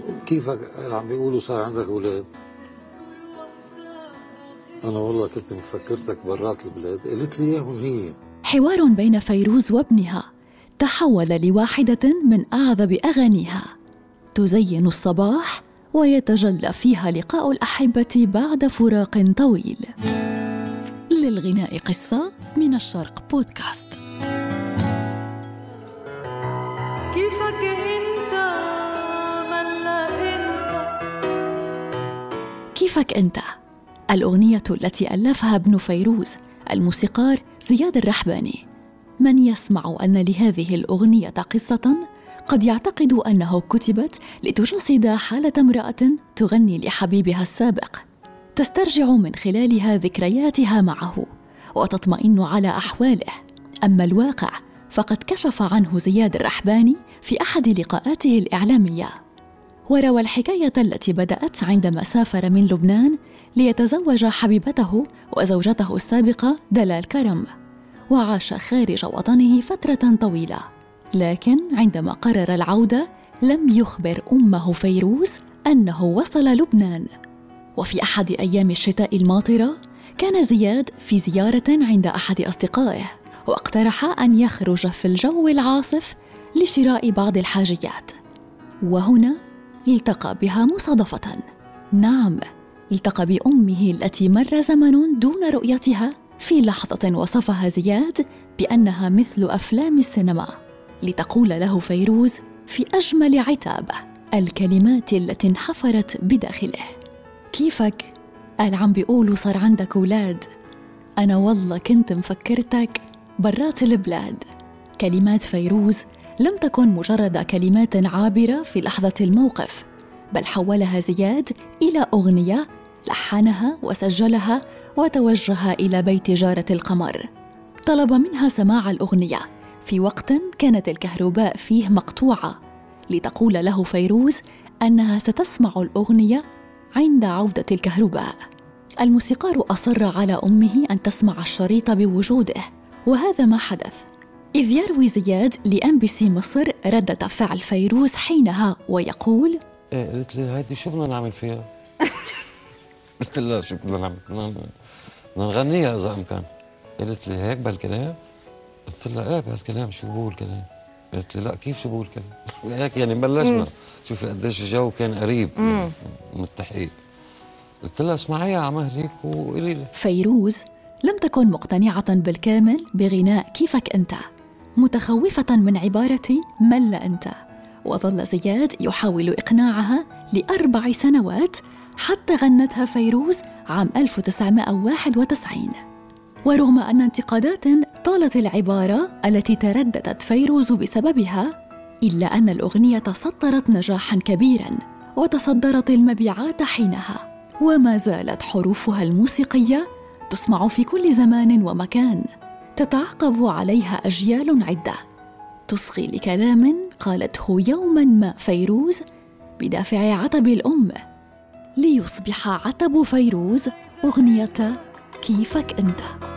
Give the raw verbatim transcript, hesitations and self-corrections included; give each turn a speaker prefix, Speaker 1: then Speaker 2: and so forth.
Speaker 1: كيفك عم بيقولوا صار عندك أولاد؟ أنا والله كنت مفكرتك برات البلاد، قلت لي إياهم هي.
Speaker 2: حوار بين فيروز وابنها تحول لواحدة من أعذب أغانيها، تزين الصباح ويتجلى فيها لقاء الأحبة بعد فراق طويل. للغناء قصة من الشرق بودكاست.
Speaker 3: كيفك انت ملا انت
Speaker 2: كيفك انت، الأغنية التي ألفها ابن فيروز الموسيقار زياد الرحباني. من يسمع أن لهذه الأغنية قصة قد يعتقد أنه كتبت لتجسد حالة امرأة تغني لحبيبها السابق، تسترجع من خلالها ذكرياتها معه وتطمئن على أحواله. أما الواقع فقد كشف عنه زياد الرحباني في أحد لقاءاته الإعلامية، وروى الحكاية التي بدأت عندما سافر من لبنان ليتزوج حبيبته وزوجته السابقة دلال كرم، وعاش خارج وطنه فترة طويلة. لكن عندما قرر العودة لم يخبر أمه فيروز أنه وصل لبنان. وفي أحد أيام الشتاء الماطرة كان زياد في زيارة عند أحد أصدقائه، واقترح أن يخرج في الجو العاصف لشراء بعض الحاجيات، وهنا التقى بها مصادفة. نعم، التقى بأمه التي مر زمن دون رؤيتها في لحظة وصفها زياد بأنها مثل أفلام السينما، لتقول له فيروز في أجمل عتاب الكلمات التي انحفرت بداخله: كيفك؟ قال عم بيقولوا صار عندك أولاد، أنا والله كنت مفكرتك برات البلاد. كلمات فيروز لم تكن مجرد كلمات عابرة في لحظة الموقف، بل حولها زياد إلى أغنية لحنها وسجلها وتوجه إلى بيت جارة القمر. طلب منها سماع الأغنية في وقت كانت الكهرباء فيه مقطوعة، لتقول له فيروز أنها ستسمع الأغنية عند عودة الكهرباء. الموسيقار أصر على أمه أن تسمع الشريط بوجوده، وهذا ما حدث. إذ يروي زياد لأم بي سي مصر ردة فعل فيروز حينها ويقول:
Speaker 1: ايه قلت لي هيدي شو بدنا نعمل فيها؟ قلت لها شو بدنا نعمل؟ بدنا نغنيها إذا أمكن. قالت لي هيك بهالكلام؟ قلت لها ايه بهالكلام، شو بقول كلام؟ قالت لي لا كيف شو بقول كلام؟ هيك يعني بلشنا. شوفي قديش الجو كان قريب متحقق. قلت لها اسمعيها على مهلك وقولي لي.
Speaker 2: فيروز لم تكن مقتنعة بالكامل بغناء كيفك أنت، متخوفة من عبارة ملا أنت، وظل زياد يحاول إقناعها لأربع سنوات حتى غنتها فيروز عام ألف وتسعمائة وواحد وتسعين. ورغم أن انتقادات طالت العبارة التي ترددت فيروز بسببها، إلا أن الأغنية سطرت نجاحاً كبيراً وتصدرت المبيعات حينها، وما زالت حروفها الموسيقية تسمع في كل زمان ومكان، تتعقب عليها أجيال عدة، تصغي لكلام قالته يوماً ما فيروز بدافع عتب الأم، ليصبح عتب فيروز أغنية كيفك أنت.